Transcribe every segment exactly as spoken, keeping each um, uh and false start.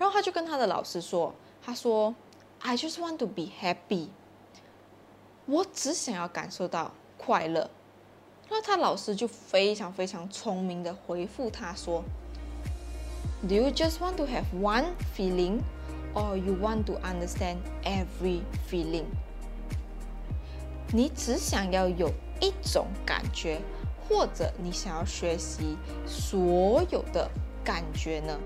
然后他就跟他的老师说，他说 I just want to be happy， 我只想要感受到快乐。然后他老师就非常非常聪明的回复他说 Do you just want to have one feeling or you want to understand every feeling？ 你只想要有一种感觉，或者你想要学习所有的感觉呢？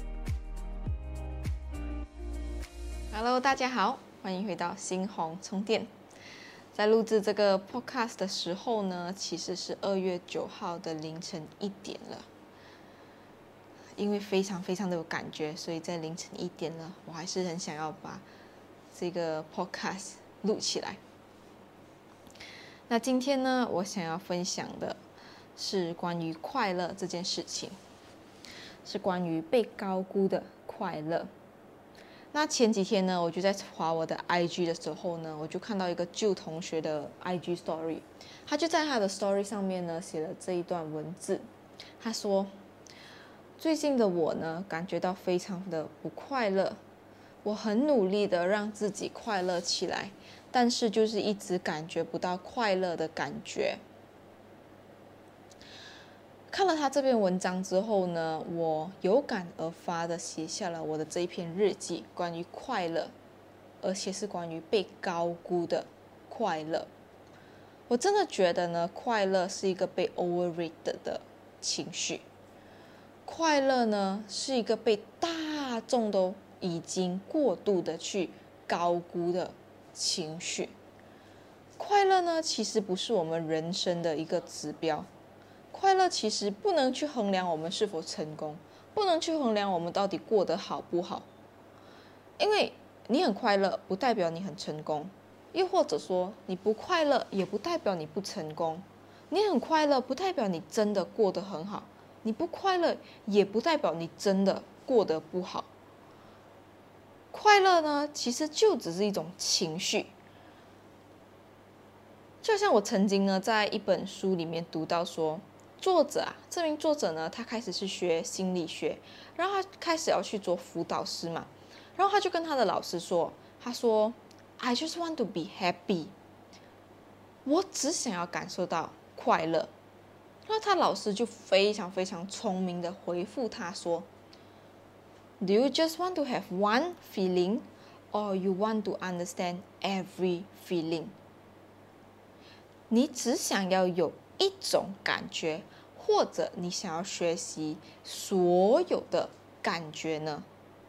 Hello， 大家好，欢迎回到星红充电。在录制这个 podcast 的时候呢，其实是二月九号的凌晨一点了。因为非常非常的有感觉，所以在凌晨一点了，我还是很想要把这个 podcast 录起来。那今天呢，我想要分享的是关于快乐这件事情，是关于被高估的快乐。那前几天呢，我就在滑我的 I G 的时候呢，我就看到一个旧同学的 I G story， 他就在他的 story 上面呢写了这一段文字，他说：最近的我呢，感觉到非常的不快乐，我很努力的让自己快乐起来，但是就是一直感觉不到快乐的感觉。看了他这篇文章之后呢，我有感而发的写下了我的这一篇日记，关于快乐，而且是关于被高估的快乐。我真的觉得呢，快乐是一个被 overrated 的情绪。快乐呢，是一个被大众都已经过度的去高估的情绪。快乐呢，其实不是我们人生的一个指标。快乐其实不能去衡量我们是否成功，不能去衡量我们到底过得好不好。因为你很快乐，不代表你很成功；又或者说，你不快乐，也不代表你不成功。你很快乐，不代表你真的过得很好。你不快乐，也不代表你真的过得不好。快乐呢，其实就只是一种情绪。就像我曾经呢，在一本书里面读到说，作者啊，这名作者呢，他开始是学心理学，然后他开始要去做辅导师嘛，然后他就跟他的老师说，他说 I just want to be happy， 我只想要感受到快乐。然后他老师就非常非常聪明的回复他说 Do you just want to have one feeling or you want to understand every feeling？ 你只想要有一种感觉，或者你想要学习所有的感觉呢？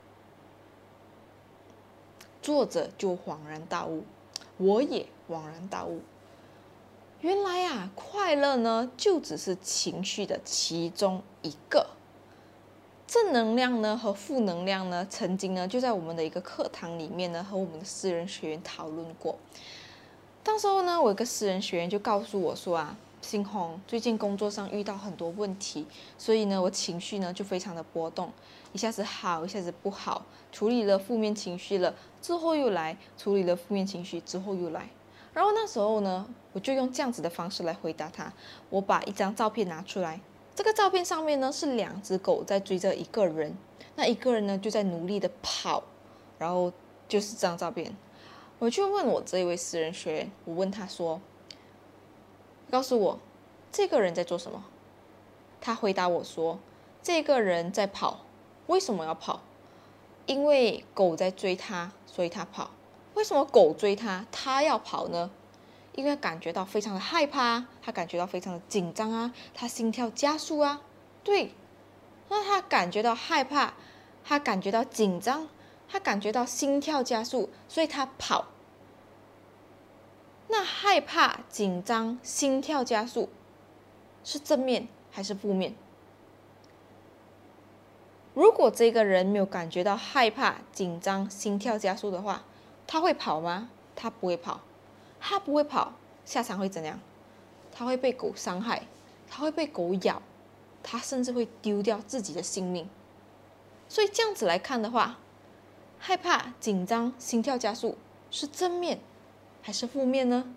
作者就恍然大悟，我也恍然大悟。原来啊，快乐呢，就只是情绪的其中一个。正能量呢和负能量呢，曾经呢就在我们的一个课堂里面呢，和我们的私人学员讨论过。当时候呢，我有个私人学员就告诉我说啊，星红最近工作上遇到很多问题，所以呢，我情绪呢就非常的波动，一下子好，一下子不好，处理了负面情绪了之后又来，处理了负面情绪之后又来。然后那时候呢，我就用这样子的方式来回答他。我把一张照片拿出来，这个照片上面呢是两只狗在追着一个人，那一个人呢就在努力的跑，然后就是这张照片。我就问我这一位私人学员，我问他说，告诉我这个人在做什么？他回答我说，这个人在跑。为什么要跑？因为狗在追他，所以他跑。为什么狗追他，他要跑呢？因为感觉到非常的害怕，他感觉到非常的紧张啊，他心跳加速啊。对，那他感觉到害怕，他感觉到紧张，他感觉到心跳加速，所以他跑。那害怕、紧张、心跳加速是正面还是负面？如果这个人没有感觉到害怕、紧张、心跳加速的话，他会跑吗？他不会跑。他不会跑，下场会怎样？他会被狗伤害，他会被狗咬，他甚至会丢掉自己的性命。所以这样子来看的话，害怕、紧张、心跳加速是正面还是负面呢？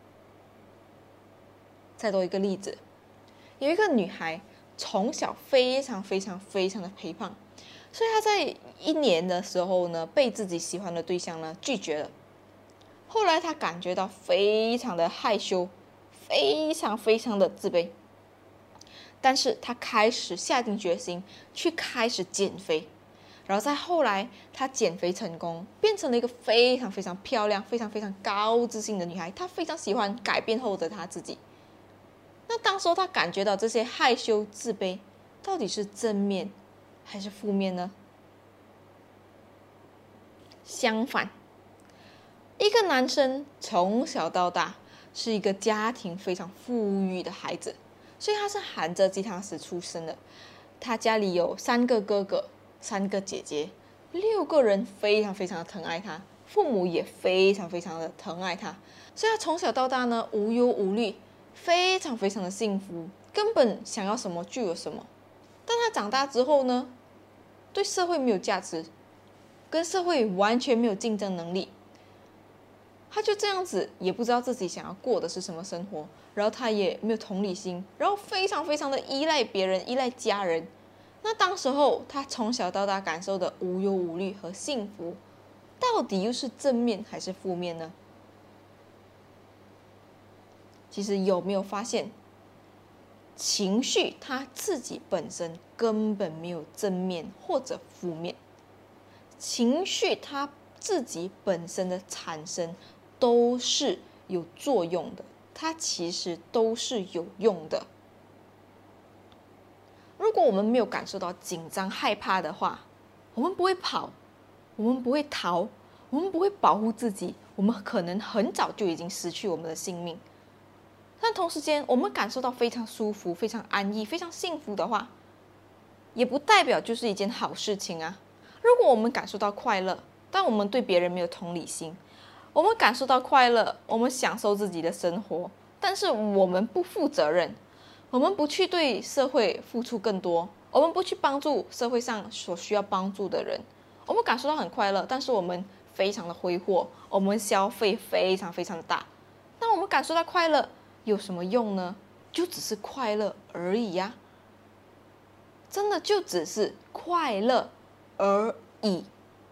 再多一个例子，有一个女孩从小非常非常非常的肥胖， 所以他在一年的时候呢，被自己喜欢的对象呢拒绝了。后来他感觉到非常的害羞，非常非常的自卑。但是他开始下定决心去开始减肥，然后在后来他减肥成功，变成了一个非常非常漂亮、非常非常高自信的女孩。她非常喜欢改变后的她自己。那当时候他感觉到这些害羞、自卑，到底是正面还是负面呢？相反，一个男生从小到大是一个家庭非常富裕的孩子，所以他是含着鸡汤匙出生的。他家里有三个哥哥、三个姐姐，六个人非常非常的疼爱他，父母也非常非常的疼爱他，所以他从小到大呢无忧无虑，非常非常的幸福，根本想要什么就有什么。但他长大之后呢，对社会没有价值，跟社会完全没有竞争能力。他就这样子，也不知道自己想要过的是什么生活，然后他也没有同理心，然后非常非常的依赖别人，依赖家人。那当时候他从小到大感受的无忧无虑和幸福，到底又是正面还是负面呢？其实有没有发现，情绪它自己本身根本没有正面或者负面，情绪它自己本身的产生都是有作用的，它其实都是有用的。如果我们没有感受到紧张害怕的话，我们不会跑，我们不会逃，我们不会保护自己，我们可能很早就已经失去我们的性命。但同时间，我们感受到非常舒服、非常安逸、非常幸福的话，也不代表就是一件好事情啊。如果我们感受到快乐，但我们对别人没有同理心，我们感受到快乐，我们享受自己的生活，但是我们不负责任，我们不去对社会付出更多，我们不去帮助社会上所需要帮助的人，我们感受到很快乐，但是我们非常的挥霍，我们消费非常非常的大。那我们感受到快乐有什么用呢？就只是快乐而已呀、啊，真的就只是快乐而已。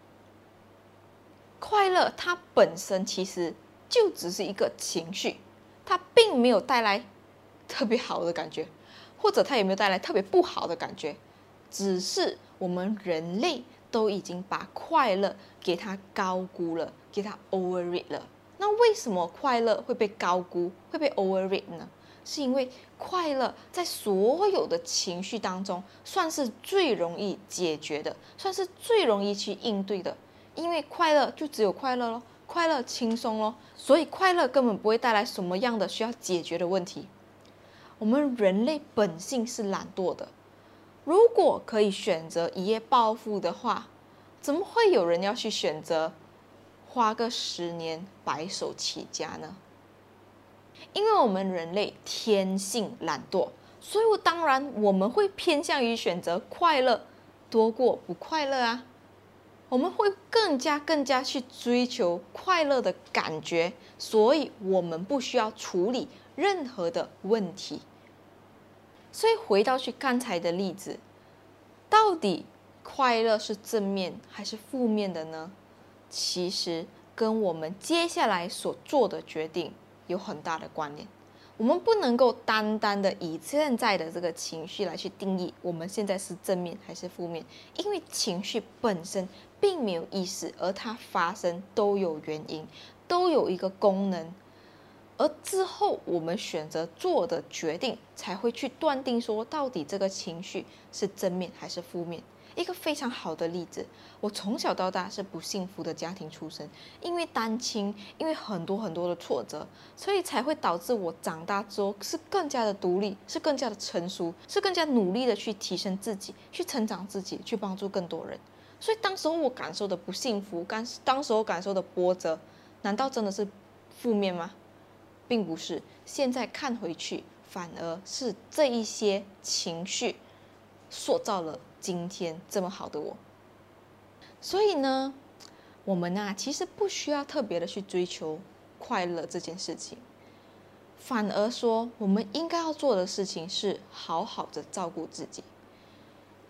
快乐它本身其实就只是一个情绪，它并没有带来特别好的感觉，或者它也没有带来特别不好的感觉，只是我们人类都已经把快乐给它高估了，给它 overrate 了。那为什么快乐会被高估，会被 overrate 呢？是因为快乐在所有的情绪当中算是最容易解决的，算是最容易去应对的。因为快乐就只有快乐咯，快乐轻松咯，所以快乐根本不会带来什么样的需要解决的问题。我们人类本性是懒惰的，如果可以选择一夜暴富的话，怎么会有人要去选择花个十年白手起家呢？因为我们人类天性懒惰，所以当然我们会偏向于选择快乐多过不快乐啊。我们会更加更加去追求快乐的感觉，所以我们不需要处理任何的问题。所以回到去刚才的例子，到底快乐是正面还是负面的呢？其实跟我们接下来所做的决定有很大的关联。我们不能够单单的以现在的这个情绪来去定义我们现在是正面还是负面，因为情绪本身并没有意识，而它发生都有原因，都有一个功能，而之后我们选择做的决定才会去断定说到底这个情绪是正面还是负面。一个非常好的例子，我从小到大是不幸福的家庭出身，因为单亲，因为很多很多的挫折，所以才会导致我长大之后是更加的独立，是更加的成熟，是更加努力的去提升自己，去成长自己，去帮助更多人。所以当时候我感受的不幸福，当当时候感受的波折，难道真的是负面吗？并不是，现在看回去，反而是这一些情绪塑造了今天这么好的我。所以呢，我们啊其实不需要特别的去追求快乐这件事情，反而说我们应该要做的事情是好好的照顾自己。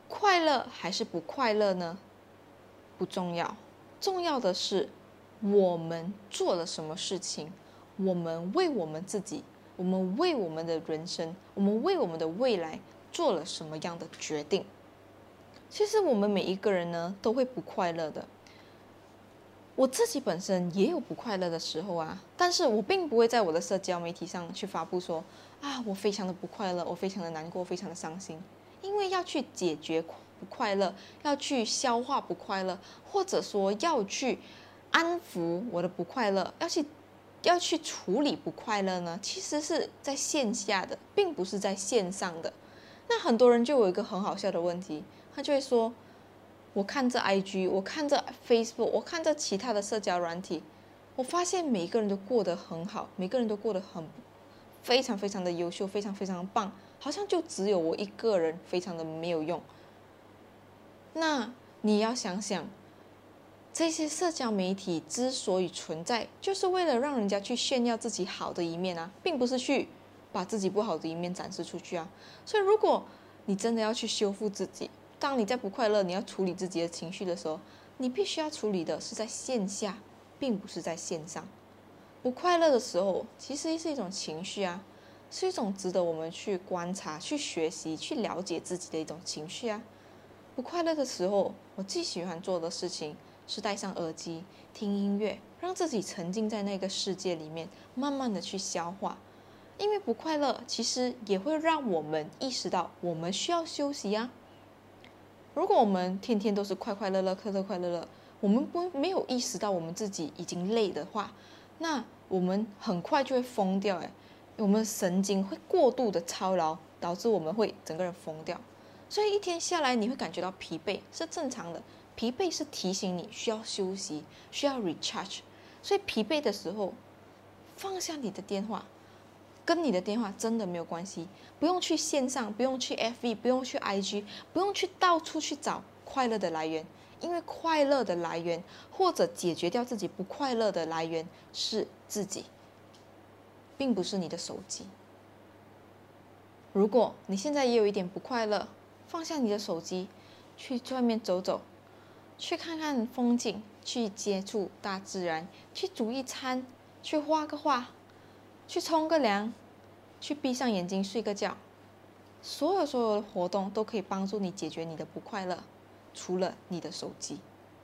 快乐还是不快乐呢？不重要，重要的是我们做了什么事情，我们为我们自己，我们为我们的人生，我们为我们的未来做了什么样的决定。其实我们每一个人呢，都会不快乐的。我自己本身也有不快乐的时候啊，但是我并不会在我的社交媒体上去发布说啊，我非常的不快乐，我非常的难过，非常的伤心。因为要去解决不快乐，要去消化不快乐，或者说要去安抚我的不快乐，要去要去处理不快乐呢，其实是在线下的，并不是在线上的。那很多人就有一个很好笑的问题，他就会说，我看着 I G， 我看着 Facebook， 我看着其他的社交软体，我发现每一个人都过得很好，每个人都过得很非常非常的优秀，非常非常棒，好像就只有我一个人非常的没有用。那你要想想，这些社交媒体之所以存在，就是为了让人家去炫耀自己好的一面啊，并不是去把自己不好的一面展示出去啊。所以如果你真的要去修复自己，当你在不快乐，你要处理自己的情绪的时候，你必须要处理的是在线下，并不是在线上。不快乐的时候，其实是一种情绪啊，是一种值得我们去观察、去学习、去了解自己的一种情绪啊。不快乐的时候，我最喜欢做的事情是戴上耳机听音乐，让自己沉浸在那个世界里面，慢慢的去消化。因为不快乐其实也会让我们意识到我们需要休息啊。如果我们天天都是快快乐乐、快乐快乐乐，我们不没有意识到我们自己已经累的话，那我们很快就会疯掉哎，我们神经会过度的操劳，导致我们会整个人疯掉。所以一天下来，你会感觉到疲惫是正常的，疲惫是提醒你需要休息，需要 recharge。所以疲惫的时候，放下你的电话。跟你的电话真的没有关系，不用去线上，不用去 F B， 不用去 I G， 不用去到处去找快乐的来源，因为快乐的来源或者解决掉自己不快乐的来源是自己，并不是你的手机。如果你现在也有一点不快乐，放下你的手机，去外面走走，去看看风景，去接触大自然，去煮一餐，去画个画，去冲个凉，去闭上眼睛睡个觉，所有所有的活动都可以帮助你解决你的不快乐，除了你的手机。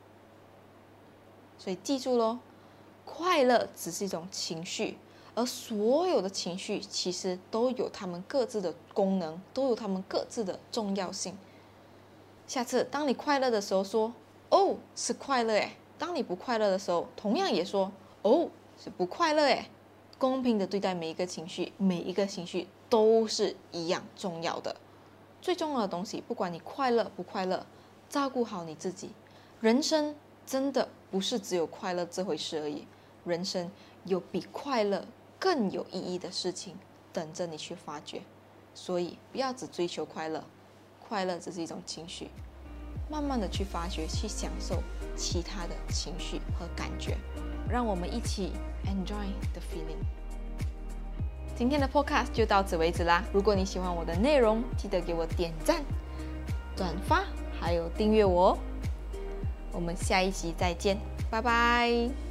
所以记住咯，快乐只是一种情绪，而所有的情绪其实都有他们各自的功能，都有他们各自的重要性。下次当你快乐的时候说，哦，是快乐诶。当你不快乐的时候，同样也说，哦，是不快乐诶。公平的对待每一个情绪，每一个情绪都是一样重要的。最重要的东西，不管你快乐不快乐，照顾好你自己。人生真的不是只有快乐这回事而已，人生有比快乐更有意义的事情等着你去发掘。所以不要只追求快乐，快乐只是一种情绪，慢慢的去发掘，去享受其他的情绪和感觉。让我们一起 enjoy the feeling。 今天的 podcast 就到此为止啦。如果你喜欢我的内容，记得给我点赞、转发，还有订阅我哦。我们下一集再见，拜拜。